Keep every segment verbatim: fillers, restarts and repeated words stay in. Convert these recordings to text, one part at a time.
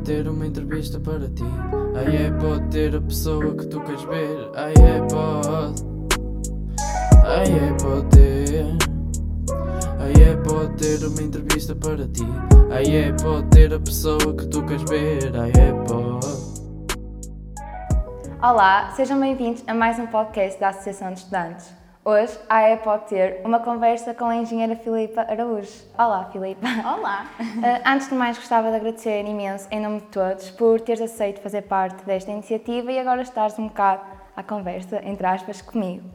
ter uma entrevista para ti. Aí é pode ter a pessoa que tu queres ver. Aí é pode. Aí é pode ter. Aí é pode ter uma entrevista para ti. Aí é pode ter a pessoa que tu queres ver. Aí é pode. Olá, sejam bem-vindos a mais um podcast da Associação de Estudantes. Hoje a AE pode ter uma conversa com a engenheira Filipa Araújo. Olá, Filipa. Olá. Uh, antes de mais, gostava de agradecer imenso, em nome de todos, por teres aceito fazer parte desta iniciativa e agora estares um bocado à conversa, entre aspas, comigo.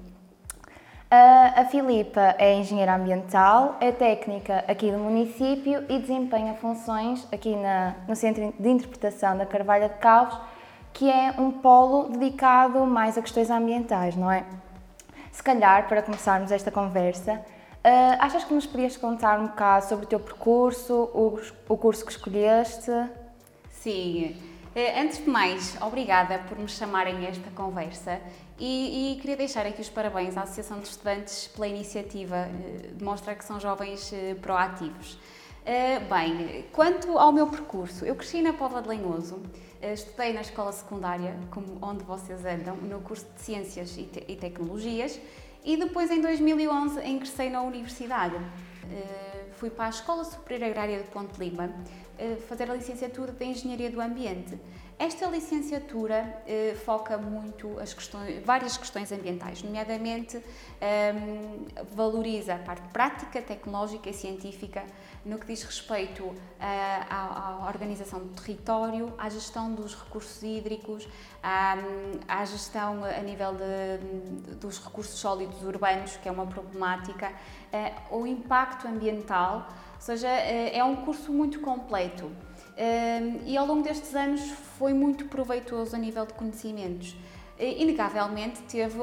Uh, a Filipa é engenheira ambiental, é técnica aqui do município e desempenha funções aqui na, no Centro de Interpretação da Carvalha de Calvos, que é um polo dedicado mais a questões ambientais, não é? Se calhar, para começarmos esta conversa, uh, achas que nos podias contar um bocado sobre o teu percurso, o, o curso que escolheste? Sim. Antes de mais, obrigada por me chamarem a esta conversa e, e queria deixar aqui os parabéns à Associação de Estudantes pela iniciativa, demonstra que são jovens proativos. Bem, quanto ao meu percurso, eu cresci na Póvoa de Lanhoso, estudei na escola secundária, como onde vocês andam, no curso de Ciências e, Te- e Tecnologias e depois em dois mil e onze ingressei na universidade. Fui para a Escola Superior Agrária de Ponte Lima fazer a licenciatura de Engenharia do Ambiente. Esta licenciatura eh, foca muito as questões, várias questões ambientais, nomeadamente eh, valoriza a parte prática, tecnológica e científica no que diz respeito eh, à, à organização do território, à gestão dos recursos hídricos, à, à gestão a nível de, dos recursos sólidos urbanos, que é uma problemática, eh, o impacto ambiental, ou seja, eh, é um curso muito completo. Um, e ao longo destes anos foi muito proveitoso a nível de conhecimentos. Inegavelmente teve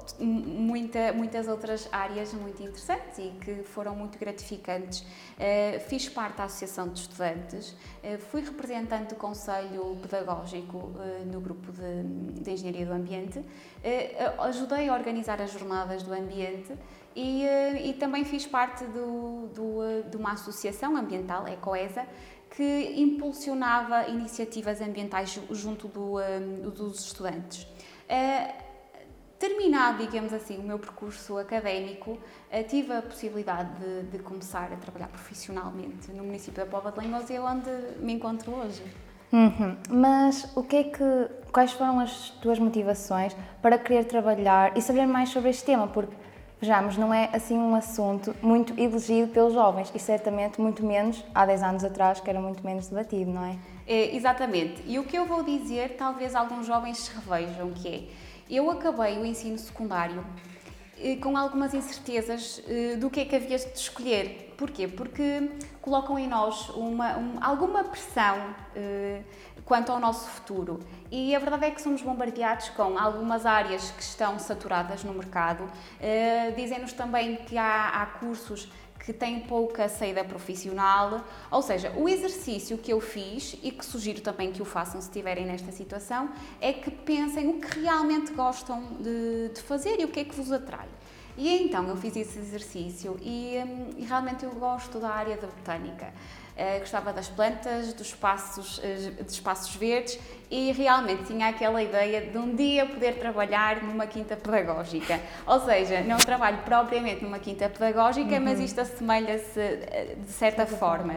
muita, muitas outras áreas muito interessantes e que foram muito gratificantes. Uh, fiz parte da Associação de Estudantes, uh, fui representante do Conselho Pedagógico uh, no grupo de, de Engenharia do Ambiente, uh, ajudei a organizar as jornadas do ambiente e, uh, e também fiz parte do, do, de uma associação ambiental, a Ecoesa, que impulsionava iniciativas ambientais junto do, um, dos estudantes. Uh, terminado, digamos assim, o meu percurso académico, uh, tive a possibilidade de, de começar a trabalhar profissionalmente no município da Póvoa de Lanhoso, onde me encontro hoje. Uhum. Mas o que é que, quais foram as tuas motivações para querer trabalhar e saber mais sobre este tema? Porque, vejamos, não é assim um assunto muito elegido pelos jovens e certamente muito menos há dez anos atrás, que era muito menos debatido, não é? É, exatamente. E o que eu vou dizer, talvez alguns jovens se revejam, que é, eu acabei o ensino secundário eh, com algumas incertezas eh, do que é que havia de escolher. Porquê? Porque colocam em nós uma, um, alguma pressão eh, quanto ao nosso futuro. E a verdade é que somos bombardeados com algumas áreas que estão saturadas no mercado. Eh, dizem-nos também que há, há cursos que têm pouca saída profissional, ou seja, o exercício que eu fiz e que sugiro também que o façam se estiverem nesta situação, é que pensem o que realmente gostam de, de fazer e o que é que vos atrai. E então eu fiz esse exercício e, e realmente eu gosto da área da botânica. Uh, gostava das plantas, dos espaços, uh, dos espaços verdes e realmente tinha aquela ideia de um dia poder trabalhar numa quinta pedagógica. Ou seja, não trabalho propriamente numa quinta pedagógica, uhum. mas isto assemelha-se uh, de certa forma.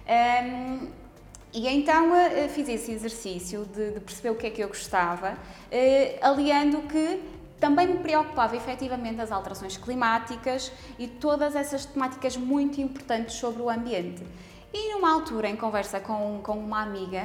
Um, e então uh, fiz esse exercício de, de perceber o que é que eu gostava, uh, aliando que também me preocupava efetivamente as alterações climáticas e todas essas temáticas muito importantes sobre o ambiente. E numa altura, em conversa com, com uma amiga,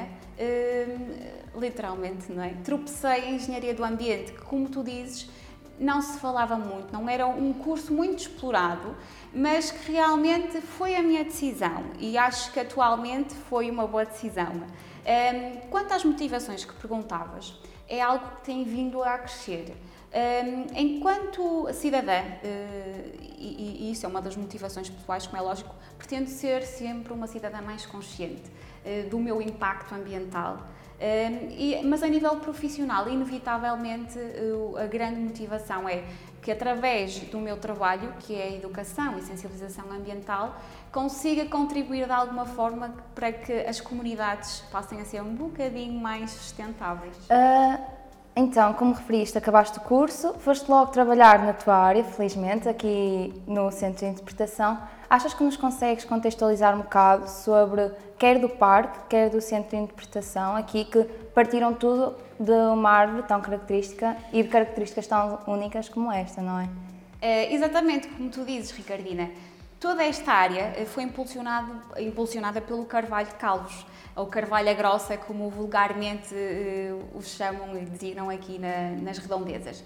hum, literalmente, não é? Tropecei em Engenharia do Ambiente, que, como tu dizes, não se falava muito, não era um curso muito explorado, mas que realmente foi a minha decisão e acho que atualmente foi uma boa decisão. Hum, quanto às motivações que perguntavas, é algo que tem vindo a crescer. Um, enquanto cidadã, uh, e, e isso é uma das motivações pessoais, como é lógico, pretendo ser sempre uma cidadã mais consciente uh, do meu impacto ambiental. E, mas a nível profissional, inevitavelmente, a grande motivação é que através do meu trabalho, que é a educação e sensibilização ambiental, consiga contribuir de alguma forma para que as comunidades passem a ser um bocadinho mais sustentáveis. Uh, então, como referiste, acabaste o curso, foste logo trabalhar na tua área, felizmente, aqui no Centro de Interpretação. Achas que nos consegues contextualizar um bocado sobre, quer do parque, quer do Centro de Interpretação, aqui que partiram tudo de uma árvore tão característica e de características tão únicas como esta, não é? É exatamente como tu dizes, Ricardina. Toda esta área foi impulsionada, impulsionada pelo carvalho de Calvos, ou carvalha grossa, como vulgarmente uh, o chamam e designam aqui na, nas redondezas.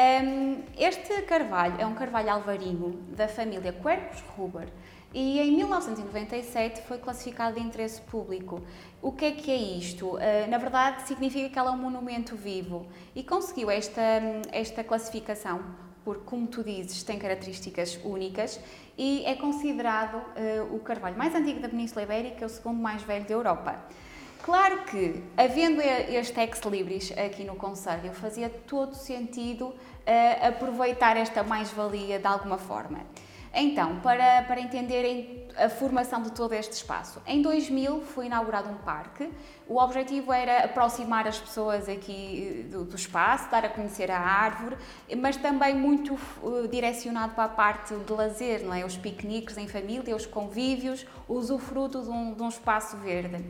Um, este carvalho é um carvalho alvarinho da família Quercus ruber e em mil novecentos e noventa e sete foi classificado de interesse público. O que é que é isto? Uh, na verdade, significa que ela é um monumento vivo e conseguiu esta, esta classificação porque, como tu dizes, tem características únicas e é considerado uh, o carvalho mais antigo da Península Ibérica e o segundo mais velho da Europa. Claro que, havendo este ex-libris aqui no concelho, fazia todo sentido uh, aproveitar esta mais-valia de alguma forma. Então, para, para entenderem a formação de todo este espaço, em dois mil foi inaugurado um parque. O objetivo era aproximar as pessoas aqui do, do espaço, dar a conhecer a árvore, mas também muito uh, direcionado para a parte de lazer, não é? Os piqueniques em família, os convívios, o usufruto de um, de um espaço verde.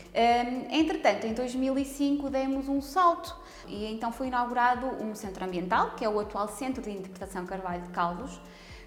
Um, entretanto, em dois mil e cinco demos um salto e então foi inaugurado um centro ambiental, que é o atual Centro de Interpretação Carvalho de Calvos,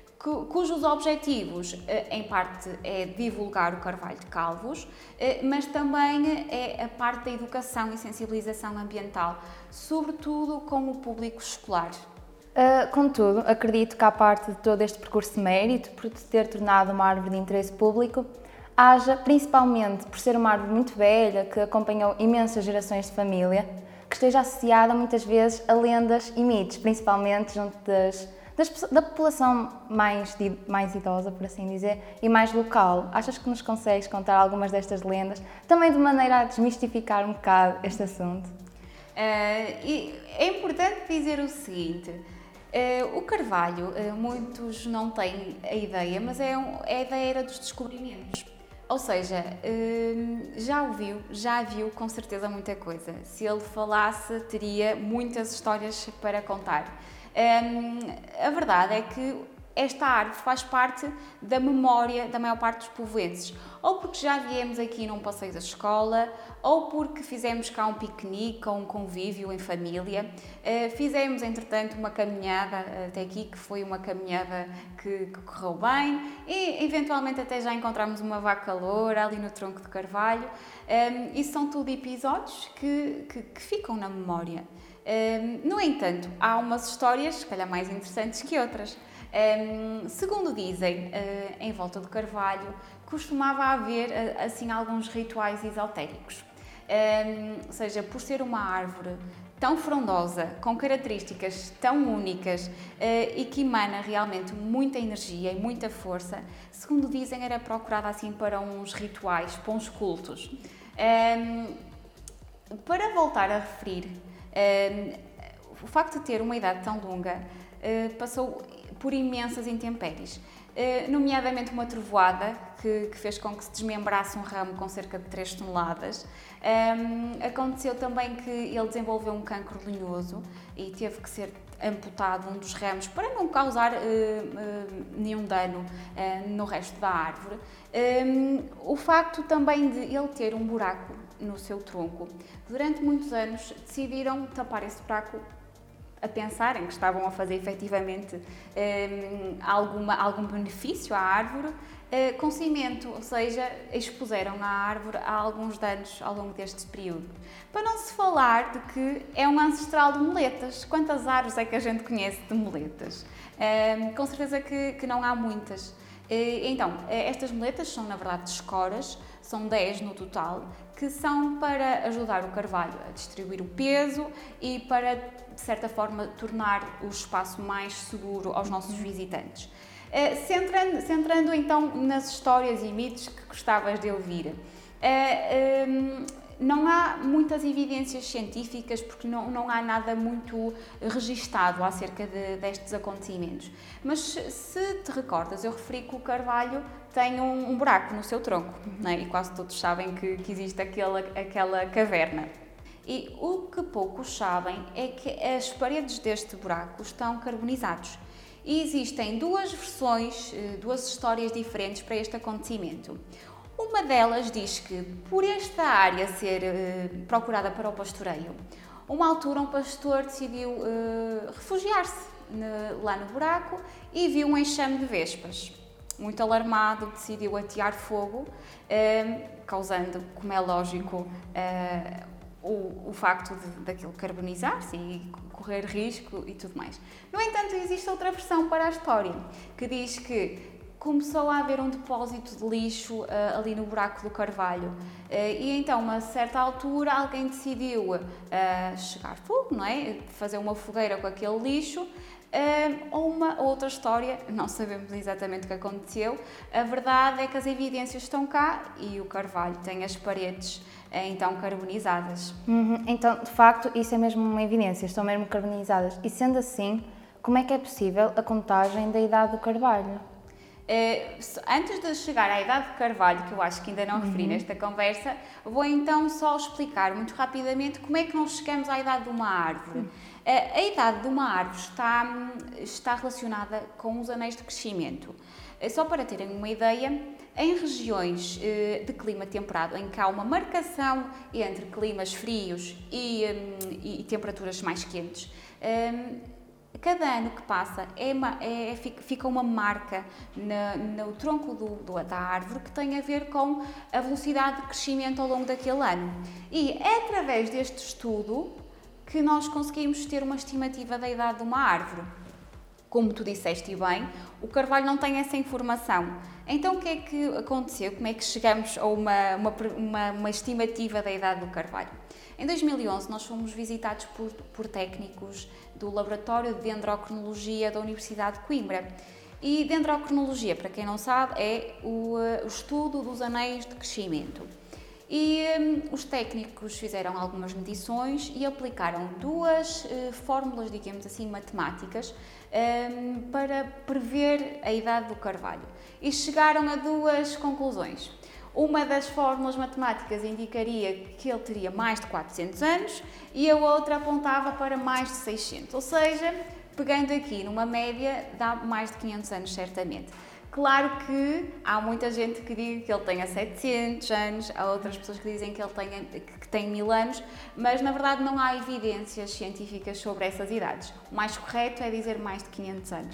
cujos objetivos, em parte, é divulgar o Carvalho de Calvos, mas também é a parte da educação e sensibilização ambiental, sobretudo com o público escolar. Uh, contudo, acredito que, à parte de todo este percurso de mérito, por se ter tornado uma árvore de interesse público, haja, principalmente por ser uma árvore muito velha, que acompanhou imensas gerações de família, que esteja associada muitas vezes a lendas e mitos, principalmente junto das da população mais, mais idosa, por assim dizer, e mais local. Achas que nos consegues contar algumas destas lendas, também de maneira a desmistificar um bocado este assunto? Uh, é importante dizer o seguinte, uh, o carvalho, uh, muitos não têm a ideia, mas é, um, é da era dos descobrimentos. Ou seja, uh, já ouviu, já viu com certeza muita coisa. Se ele falasse, teria muitas histórias para contar. Um, a verdade é que esta árvore faz parte da memória da maior parte dos povoenses, ou porque já viemos aqui num passeio da escola, ou porque fizemos cá um piquenique ou um convívio em família. Uh, fizemos, entretanto, uma caminhada até aqui, que foi uma caminhada que, que correu bem, e eventualmente até já encontramos uma vaca loura ali no tronco de carvalho. Um, isso são tudo episódios que, que, que ficam na memória. Um, no entanto, há umas histórias, se calhar mais interessantes que outras. Um, segundo dizem, uh, em volta do carvalho, costumava haver uh, assim alguns rituais esotéricos. Um, ou seja, por ser uma árvore tão frondosa, com características tão únicas uh, e que emana realmente muita energia e muita força, segundo dizem, era procurada assim para uns rituais, para uns cultos. Um, para voltar a referir, Uh, o facto de ter uma idade tão longa uh, passou por imensas intempéries, uh, nomeadamente uma trovoada que, que fez com que se desmembrasse um ramo com cerca de três toneladas. Um, aconteceu também que ele desenvolveu um cancro lenhoso e teve que ser amputado um dos ramos para não causar uh, uh, nenhum dano uh, no resto da árvore. Um, o facto também de ele ter um buraco no seu tronco, durante muitos anos decidiram tapar esse buraco a pensarem que estavam a fazer efetivamente um, alguma, algum benefício à árvore uh, com cimento, ou seja, expuseram a árvore a alguns danos ao longo deste período. Para não se falar de que é um ancestral de moletas. Quantas árvores é que a gente conhece de moletas? Um, com certeza que, que não há muitas. Então, estas moletas são, na verdade, escoras, são dez no total, que são para ajudar o carvalho a distribuir o peso e para, de certa forma, tornar o espaço mais seguro aos nossos visitantes. Centrando, centrando então nas histórias e mitos que gostavas de ouvir. não há muitas evidências científicas porque não, não há nada muito registado acerca de, destes acontecimentos. Mas se te recordas, eu referi que o carvalho tem um, um buraco no seu tronco, não é? E quase todos sabem que, que existe aquela, aquela caverna. E o que poucos sabem é que as paredes deste buraco estão carbonizados. E existem duas versões, duas histórias diferentes para este acontecimento. Uma delas diz que, por esta área ser uh, procurada para o pastoreio, uma altura um pastor decidiu uh, refugiar-se lá no buraco e viu um enxame de vespas. Muito alarmado, decidiu atear fogo, uh, causando, como é lógico, uh, o, o facto de, daquilo carbonizar-se e correr risco e tudo mais. No entanto, existe outra versão para a história, que diz que começou a haver um depósito de lixo uh, ali no buraco do carvalho uh, e então, a uma certa altura, alguém decidiu uh, chegar fogo, não é? Fazer uma fogueira com aquele lixo. Uh, ou uma outra história, não sabemos exatamente o que aconteceu. A verdade é que as evidências estão cá e o carvalho tem as paredes uh, então carbonizadas. Uhum. Então, de facto, isso é mesmo uma evidência, estão mesmo carbonizadas. E sendo assim, como é que é possível a contagem da idade do carvalho? Uh, antes de chegar à idade de carvalho, que eu acho que ainda não referi uhum. nesta conversa, vou então só explicar muito rapidamente como é que nós chegamos à idade de uma árvore. Uhum. Uh, a idade de uma árvore está, está relacionada com os anéis de crescimento. Uh, só para terem uma ideia, em regiões uh, de clima temperado, em que há uma marcação entre climas frios e, um, e, e temperaturas mais quentes, um, cada ano que passa é uma, é, fica uma marca no, no tronco do, do, da árvore que tem a ver com a velocidade de crescimento ao longo daquele ano. E é através deste estudo que nós conseguimos ter uma estimativa da idade de uma árvore. Como tu disseste bem, o carvalho não tem essa informação. Então, o que é que aconteceu? Como é que chegamos a uma, uma, uma, uma estimativa da idade do carvalho? Em dois mil e onze, nós fomos visitados por, por técnicos do Laboratório de Dendrocrinologia da Universidade de Coimbra. E dendrocrinologia, para quem não sabe, é o, o estudo dos anéis de crescimento. E um, os técnicos fizeram algumas medições e aplicaram duas uh, fórmulas, digamos assim, matemáticas um, para prever a idade do carvalho. E chegaram a duas conclusões. Uma das fórmulas matemáticas indicaria que ele teria mais de quatrocentos anos e a outra apontava para mais de seiscentos, ou seja, pegando aqui numa média, dá mais de quinhentos anos certamente. Claro que há muita gente que diz que ele tenha setecentos anos, há outras pessoas que dizem que ele tenha, que tem mil anos, mas na verdade não há evidências científicas sobre essas idades. O mais correto é dizer mais de quinhentos anos.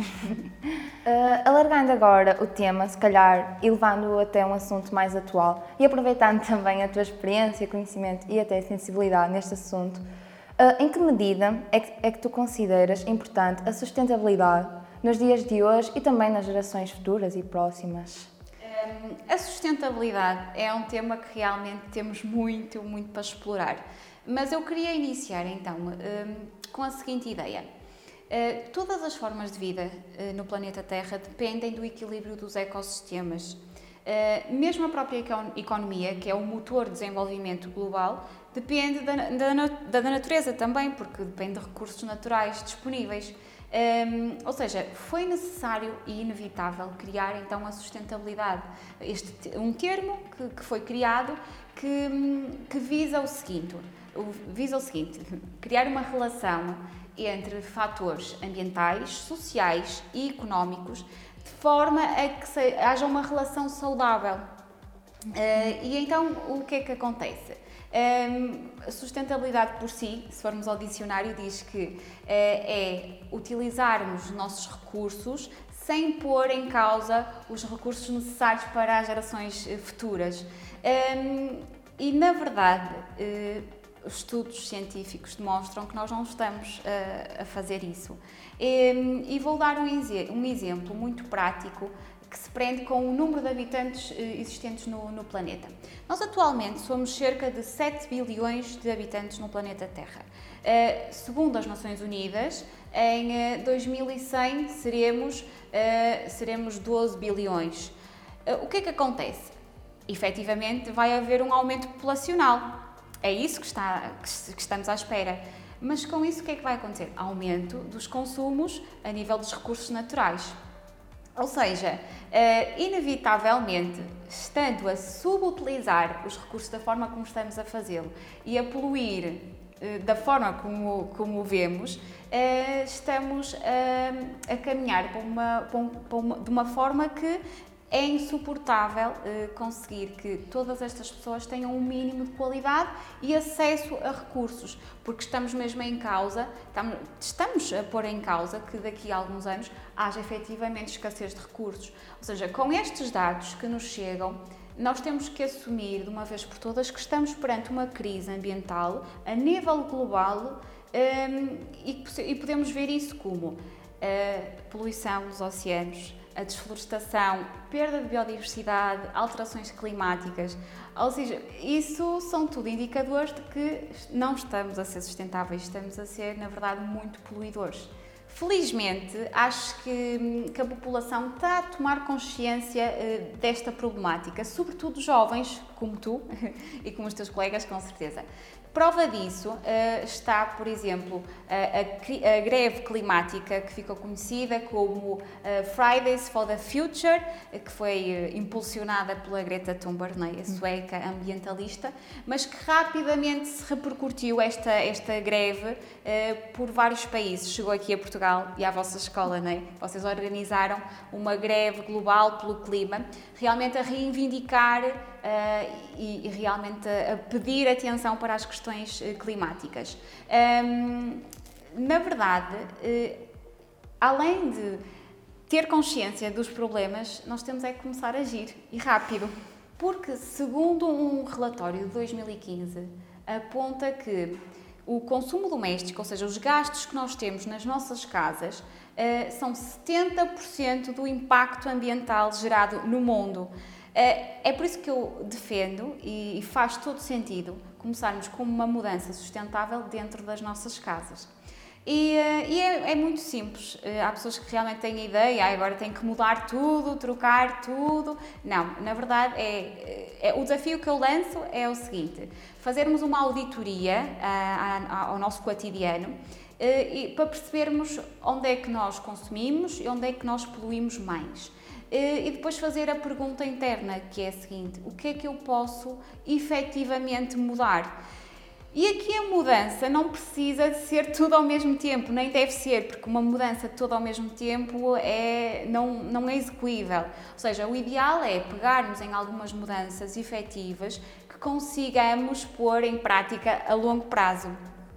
Uh, alargando agora o tema, se calhar, e levando-o até um assunto mais atual, e aproveitando também a tua experiência, conhecimento e até sensibilidade neste assunto, uh, em que medida é que, é que tu consideras importante a sustentabilidade nos dias de hoje e também nas gerações futuras e próximas? Um, a sustentabilidade é um tema que realmente temos muito, muito para explorar. Mas eu queria iniciar então um, com a seguinte ideia. Uh, todas as formas de vida uh, no planeta Terra dependem do equilíbrio dos ecossistemas. Uh, mesmo a própria economia, que é o motor de desenvolvimento global, depende da, da, da natureza também, porque depende de recursos naturais disponíveis. Um, ou seja, foi necessário e inevitável criar então a sustentabilidade, este, um termo que, que foi criado que, que visa o seguinte, visa o seguinte, criar uma relação entre fatores ambientais, sociais e económicos de forma a que se, haja uma relação saudável. Uh, e então o que é que acontece? Um, a sustentabilidade por si, se formos ao dicionário, diz que uh, é utilizarmos os nossos recursos sem pôr em causa os recursos necessários para as gerações uh, futuras. Um, e, na verdade, uh, os estudos científicos demonstram que nós não estamos uh, a fazer isso. Um, e vou dar um, um exemplo muito prático que se prende com o número de habitantes existentes no, no planeta. Nós atualmente somos cerca de sete bilhões de habitantes no planeta Terra. Uh, segundo as Nações Unidas, em uh, dois mil e cem seremos, uh, seremos doze bilhões. Uh, o que é que acontece? Efetivamente vai haver um aumento populacional. é isso que, está, que estamos à espera. Mas com isso o que é que vai acontecer? Aumento dos consumos a nível dos recursos naturais. Ou seja, inevitavelmente, estando a subutilizar os recursos da forma como estamos a fazê-lo e a poluir da forma como, como o vemos, estamos a, a caminhar para uma, para uma, de uma forma que é insuportável eh, conseguir que todas estas pessoas tenham um mínimo de qualidade e acesso a recursos, porque estamos mesmo em causa, estamos, estamos a pôr em causa que daqui a alguns anos haja efetivamente escassez de recursos. Ou seja, com estes dados que nos chegam, nós temos que assumir de uma vez por todas que estamos perante uma crise ambiental a nível global eh, e, e podemos ver isso como a poluição dos oceanos, a desflorestação, perda de biodiversidade, alterações climáticas, ou seja, isso são tudo indicadores de que não estamos a ser sustentáveis, estamos a ser, na verdade, muito poluidores. Felizmente, acho que, que a população está a tomar consciência uh, desta problemática, sobretudo jovens, como tu e como os teus colegas, com certeza. Prova disso uh, está, por exemplo, a, a, a greve climática que ficou conhecida como uh, Fridays for the Future, que foi uh, impulsionada pela Greta Thunberg, né, a sueca ambientalista, mas que rapidamente se repercutiu esta, esta greve uh, por vários países. Chegou aqui a Portugal e à vossa escola, né? Vocês organizaram uma greve global pelo clima, realmente a reivindicar Uh, e, e realmente a, a pedir atenção para as questões uh, climáticas. Um, na verdade, uh, além de ter consciência dos problemas, nós temos é que começar a agir, e rápido. Porque, segundo um relatório de dois mil e quinze, aponta que o consumo doméstico, ou seja, os gastos que nós temos nas nossas casas, uh, são setenta por cento do impacto ambiental gerado no mundo. É por isso que eu defendo, e faz todo sentido, começarmos com uma mudança sustentável dentro das nossas casas. E, e é, é muito simples. Há pessoas que realmente têm a ideia, ah, agora tem que mudar tudo, trocar tudo. Não, na verdade, é, é, o desafio que eu lanço é o seguinte: fazermos uma auditoria a, a, ao nosso cotidiano e, para percebermos onde é que nós consumimos e onde é que nós poluímos mais. E depois fazer a pergunta interna, que é a seguinte: o que é que eu posso efetivamente mudar? E aqui a mudança não precisa de ser tudo ao mesmo tempo, nem deve ser, porque uma mudança tudo ao mesmo tempo é, não, não é execuível. Ou seja, o ideal é pegarmos em algumas mudanças efetivas que consigamos pôr em prática a longo prazo.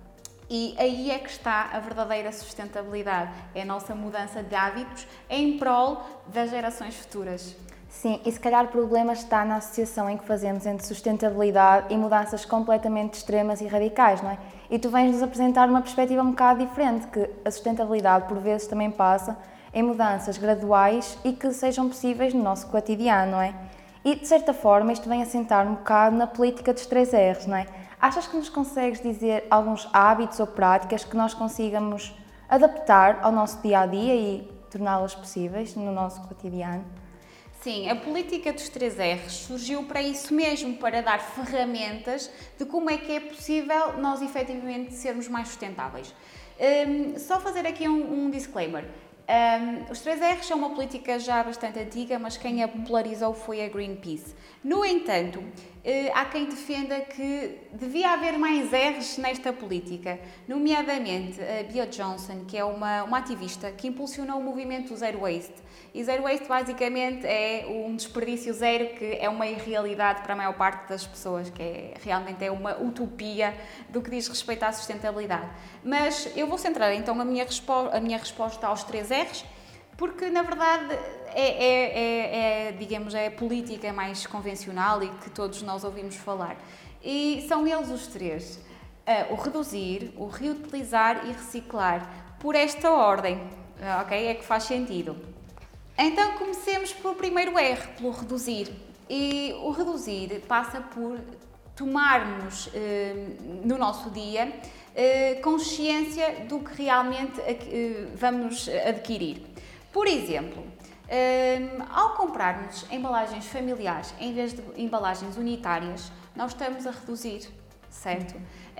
E aí é que está a verdadeira sustentabilidade, é a nossa mudança de hábitos em prol das gerações futuras. Sim, e se calhar o problema está na associação em que fazemos entre sustentabilidade e mudanças completamente extremas e radicais, não é? E tu vens-nos apresentar uma perspectiva um bocado diferente, que a sustentabilidade por vezes também passa em mudanças graduais e que sejam possíveis no nosso cotidiano, não é? E de certa forma isto vem assentar um bocado na política dos três R's, não é? Achas que nos consegues dizer alguns hábitos ou práticas que nós consigamos adaptar ao nosso dia-a-dia e torná-las possíveis no nosso cotidiano? Sim, a política dos três R's surgiu para isso mesmo, para dar ferramentas de como é que é possível nós efetivamente sermos mais sustentáveis. Um, só fazer aqui um, um disclaimer. Um, os três R's são uma política já bastante antiga, mas quem a popularizou foi a Greenpeace. No entanto, uh, há quem defenda que devia haver mais R's nesta política, nomeadamente a Bea Johnson, que é uma, uma ativista que impulsionou o movimento Zero Waste. E Zero Waste basicamente é um desperdício zero, que é uma irrealidade para a maior parte das pessoas, que é, realmente é uma utopia do que diz respeito à sustentabilidade. Mas eu vou centrar então a minha, respo- a minha resposta aos três R's, porque na verdade é, é, é, é, digamos, é a política mais convencional e que todos nós ouvimos falar. E são eles os três: uh, o reduzir, o reutilizar e reciclar, por esta ordem, ok? É que faz sentido. Então comecemos pelo primeiro R, pelo reduzir. E o reduzir passa por tomarmos eh, no nosso dia eh, consciência do que realmente eh, vamos adquirir. Por exemplo, eh, ao comprarmos embalagens familiares em vez de embalagens unitárias, nós estamos a reduzir. certo?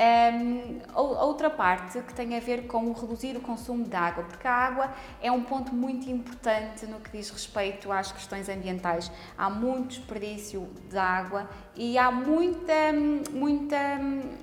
Um, outra parte que tem a ver com o reduzir o consumo de água, porque a água é um ponto muito importante no que diz respeito às questões ambientais. Há muito desperdício de água e há muita, muita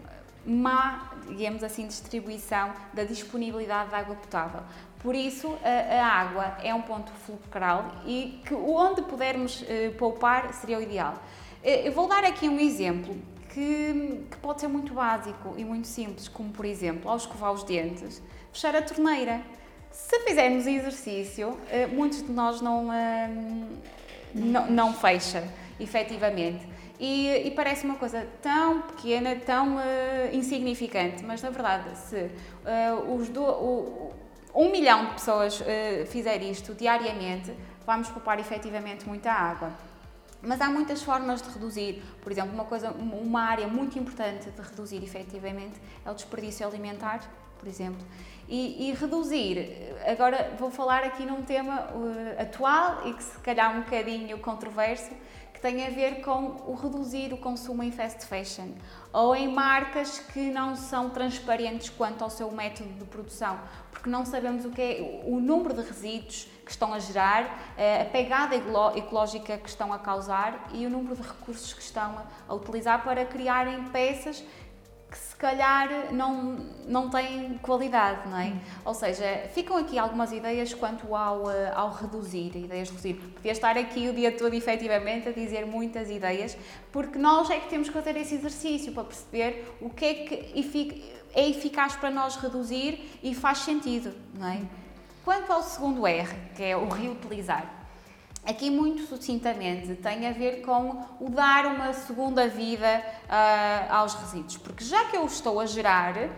má, digamos assim, distribuição da disponibilidade de água potável. Por isso, a, a água é um ponto fulcral e que onde pudermos uh, poupar seria o ideal. Uh, eu vou dar aqui um exemplo que, que pode ser muito básico e muito simples, como por exemplo, ao escovar os dentes, fechar a torneira. Se fizermos exercício, uh, muitos de nós não, uh, não, não fecha, efetivamente. E, e parece uma coisa tão pequena, tão uh, insignificante, mas na verdade, se uh, os do, o, um milhão de pessoas uh, fizer isto diariamente, vamos poupar efetivamente muita água. Mas há muitas formas de reduzir. Por exemplo, uma, coisa, uma área muito importante de reduzir efetivamente é o desperdício alimentar, por exemplo. E, e reduzir, agora vou falar aqui num tema uh, atual e que se calhar um bocadinho controverso, que tem a ver com o reduzir o consumo em fast fashion ou em marcas que não são transparentes quanto ao seu método de produção, porque não sabemos o que é o número de resíduos que estão a gerar, a pegada ecológica que estão a causar e o número de recursos que estão a utilizar para criarem peças que se calhar não, não têm qualidade, não é? Hum. Ou seja, ficam aqui algumas ideias quanto ao, ao reduzir, ideias de reduzir. Podia estar aqui o dia todo, efetivamente, a dizer muitas ideias, porque nós é que temos que fazer esse exercício para perceber o que é que é eficaz para nós reduzir e faz sentido, não é? Quanto ao segundo R, que é o reutilizar, aqui muito sucintamente tem a ver com o dar uma segunda vida uh, aos resíduos, porque já que eu estou a gerar, uh,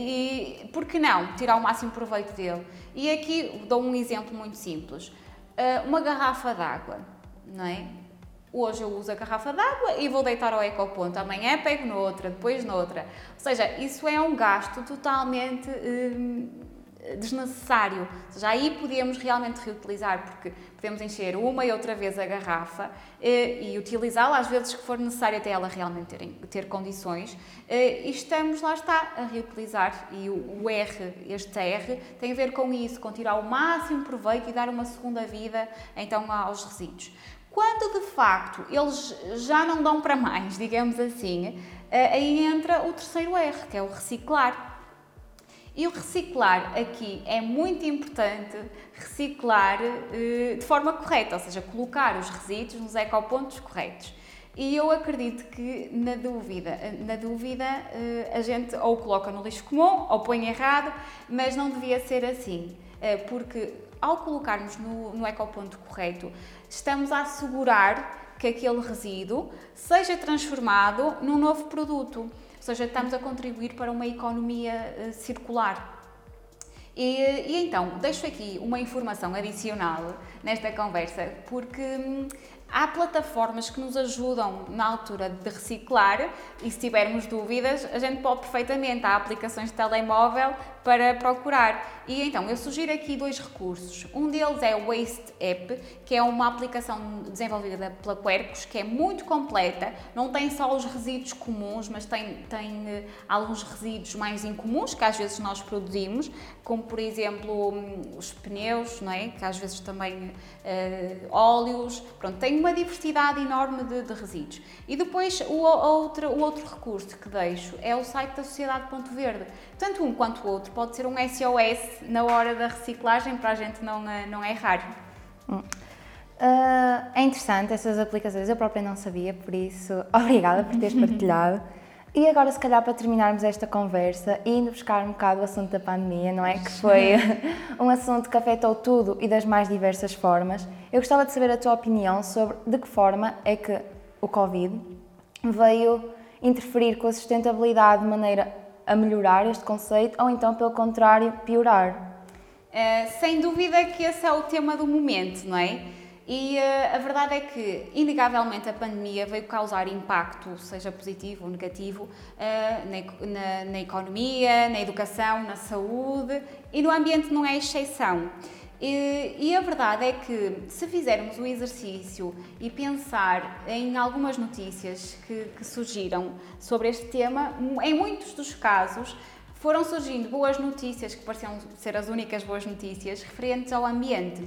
e por que não tirar o máximo proveito dele? E aqui dou um exemplo muito simples, uh, uma garrafa de água, não é? Hoje eu uso a garrafa de água e vou deitar ao ecoponto, amanhã pego noutra, depois noutra, ou seja, isso é um gasto totalmente uh, desnecessário, ou seja, aí podíamos realmente reutilizar, porque podemos encher uma e outra vez a garrafa e, e utilizá-la às vezes que for necessário até ela realmente ter, ter condições e estamos, lá está, a reutilizar e o, o R, este R, tem a ver com isso, com tirar o máximo proveito e dar uma segunda vida então aos resíduos. Quando de facto eles já não dão para mais, digamos assim, aí entra o terceiro R, que é o reciclar. E o reciclar aqui é muito importante, reciclar uh, de forma correta, ou seja, colocar os resíduos nos ecopontos corretos. E eu acredito que, na dúvida, na dúvida uh, a gente ou coloca no lixo comum ou põe errado, mas não devia ser assim, uh, porque ao colocarmos no, no ecoponto correto, estamos a assegurar que aquele resíduo seja transformado num novo produto. Ou seja, estamos a contribuir para uma economia uh, circular. E, e então, deixo aqui uma informação adicional nesta conversa, porque hum, há plataformas que nos ajudam na altura de reciclar e se tivermos dúvidas, a gente pode perfeitamente, há aplicações de telemóvel para procurar. E então, eu sugiro aqui dois recursos. Um deles é o Waste App, que é uma aplicação desenvolvida pela Quercus, que é muito completa, não tem só os resíduos comuns, mas tem, tem uh, alguns resíduos mais incomuns que às vezes nós produzimos, como por exemplo um, os pneus, não é? Que às vezes também uh, óleos, pronto, tem uma diversidade enorme de, de resíduos. E depois o, outro, o outro recurso que deixo é o site da Sociedade Ponto Verde. Tanto um quanto o outro pode ser um S O S na hora da reciclagem para a gente não, não errar. Hum. Uh, é interessante essas aplicações, eu própria não sabia, por isso obrigada por teres partilhado. E agora, se calhar, para terminarmos esta conversa e indo buscar um bocado o assunto da pandemia, não é? Que foi um assunto que afetou tudo e das mais diversas formas. Eu gostava de saber a tua opinião sobre de que forma é que o Covid veio interferir com a sustentabilidade de maneira a melhorar este conceito ou então, pelo contrário, piorar. Uh, sem dúvida que esse é o tema do momento, não é? E uh, a verdade é que, inegavelmente, a pandemia veio causar impacto, seja positivo ou negativo, uh, na, na, na economia, na educação, na saúde e no ambiente não é exceção. E, e a verdade é que, se fizermos o exercício e pensar em algumas notícias que, que surgiram sobre este tema, em muitos dos casos foram surgindo boas notícias, que pareciam ser as únicas boas notícias, referentes ao ambiente.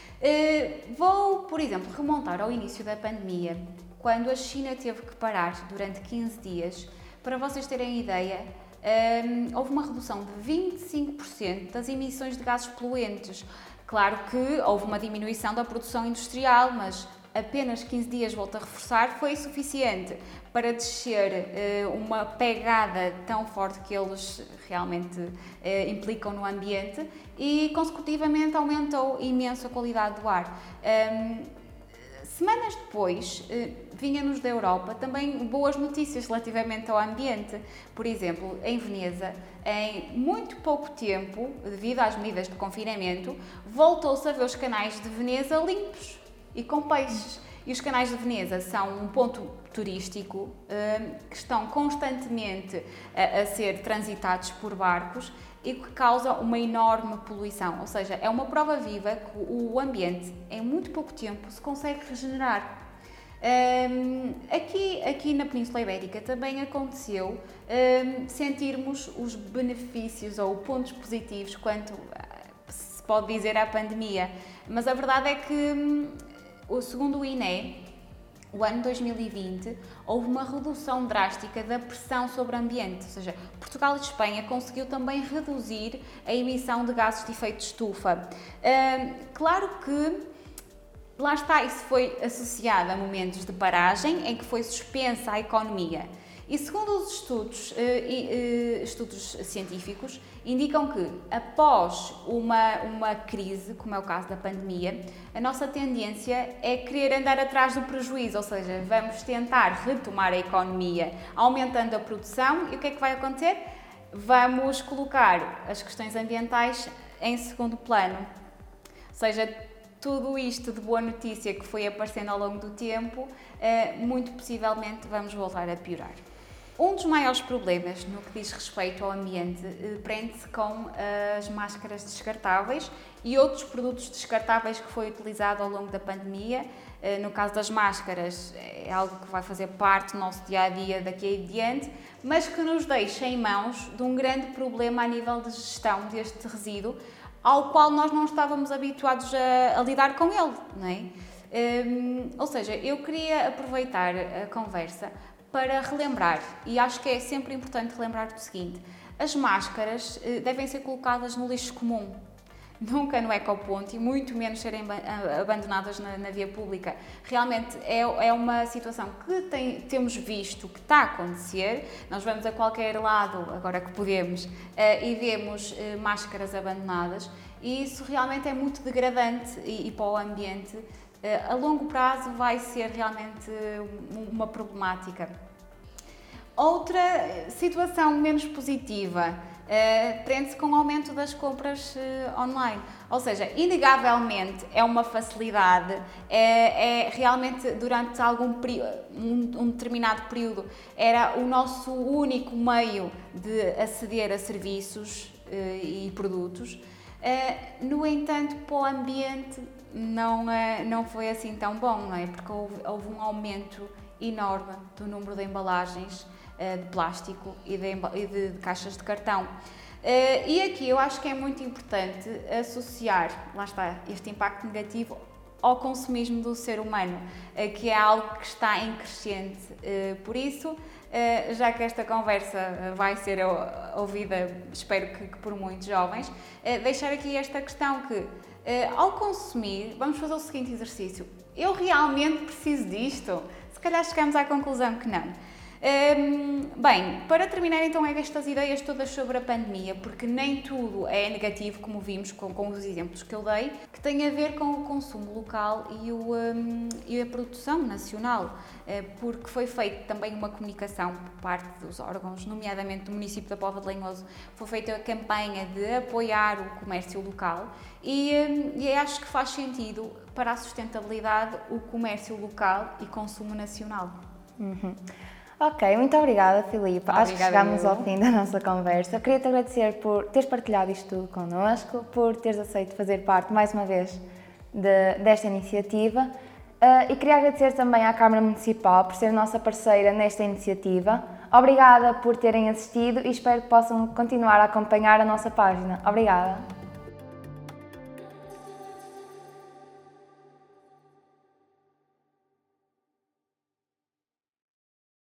Uh, vou, por exemplo, remontar ao início da pandemia, quando a China teve que parar durante quinze dias. Para vocês terem ideia, um, houve uma redução de vinte e cinco por cento das emissões de gases poluentes. Claro que houve uma diminuição da produção industrial, mas apenas quinze dias, volto a reforçar, foi suficiente para descer uh, uma pegada tão forte que eles realmente uh, implicam no ambiente e, consecutivamente, aumentou imenso a qualidade do ar. Um, semanas depois, uh, vinha-nos da Europa também boas notícias relativamente ao ambiente. Por exemplo, em Veneza, em muito pouco tempo, devido às medidas de confinamento, voltou-se a ver os canais de Veneza limpos e com peixes. E os canais de Veneza são um ponto turístico um, que estão constantemente a, a ser transitados por barcos e que causa uma enorme poluição. Ou seja, é uma prova viva que o ambiente, em muito pouco tempo, se consegue regenerar. Um, aqui, aqui na Península Ibérica também aconteceu um, sentirmos os benefícios ou pontos positivos quanto se pode dizer à pandemia, mas a verdade é que, um, segundo o I N E, o ano dois mil e vinte, houve uma redução drástica da pressão sobre o ambiente, ou seja, Portugal e Espanha conseguiu também reduzir a emissão de gases de efeito de estufa. Um, claro que lá está, isso foi associado a momentos de paragem em que foi suspensa a economia. E segundo os estudos, estudos científicos, indicam que após uma, uma crise, como é o caso da pandemia, a nossa tendência é querer andar atrás do prejuízo, ou seja, vamos tentar retomar a economia aumentando a produção e o que é que vai acontecer? Vamos colocar as questões ambientais em segundo plano. Ou seja, tudo isto de boa notícia que foi aparecendo ao longo do tempo, muito possivelmente vamos voltar a piorar. Um dos maiores problemas no que diz respeito ao ambiente prende-se com as máscaras descartáveis e outros produtos descartáveis que foi utilizado ao longo da pandemia. No caso das máscaras, é algo que vai fazer parte do nosso dia-a-dia daqui em diante, mas que nos deixa em mãos de um grande problema a nível de gestão deste resíduo, ao qual nós não estávamos habituados a, a lidar com ele, não é? Um, ou seja, eu queria aproveitar a conversa para relembrar, e acho que é sempre importante relembrar o seguinte: as máscaras uh, devem ser colocadas no lixo comum, nunca no ecoponto e muito menos serem abandonadas na, na via pública. Realmente é, é uma situação que tem, temos visto que está a acontecer. Nós vamos a qualquer lado, agora que podemos, uh, e vemos uh, máscaras abandonadas, e isso realmente é muito degradante e, e para o ambiente, uh, a longo prazo vai ser realmente uh, uma problemática. Outra situação menos positiva Uh, prende-se com o aumento das compras uh, online. Ou seja, inegavelmente é uma facilidade, é, é realmente durante algum um, um determinado período era o nosso único meio de aceder a serviços uh, e produtos. Uh, no entanto, para o ambiente não, uh, não foi assim tão bom, não é? Porque houve, houve um aumento enorme do número de embalagens de plástico e de, e de, de caixas de cartão. Uh, e aqui eu acho que é muito importante associar, lá está, este impacto negativo ao consumismo do ser humano, uh, que é algo que está em crescente. Uh, por isso, uh, já que esta conversa vai ser ouvida, espero que, que por muitos jovens, uh, deixar aqui esta questão que, uh, ao consumir, vamos fazer o seguinte exercício: eu realmente preciso disto? Se calhar chegamos à conclusão que não. Um, bem, para terminar então é estas ideias todas sobre a pandemia, porque nem tudo é negativo, como vimos com, com os exemplos que eu dei, que tem a ver com o consumo local e, o, um, e a produção nacional, uh, porque foi feita também uma comunicação por parte dos órgãos, nomeadamente do município da Póvoa de Lanhoso, foi feita a campanha de apoiar o comércio local e, um, e acho que faz sentido para a sustentabilidade o comércio local e consumo nacional. Uhum. Ok, muito obrigada, Filipe. Acho que Obrigada, chegámos eu. ao fim da nossa conversa. Queria-te agradecer por teres partilhado isto tudo connosco, por teres aceito fazer parte, mais uma vez, de, desta iniciativa. Uh, e queria agradecer também à Câmara Municipal por ser nossa parceira nesta iniciativa. Obrigada por terem assistido e espero que possam continuar a acompanhar a nossa página. Obrigada.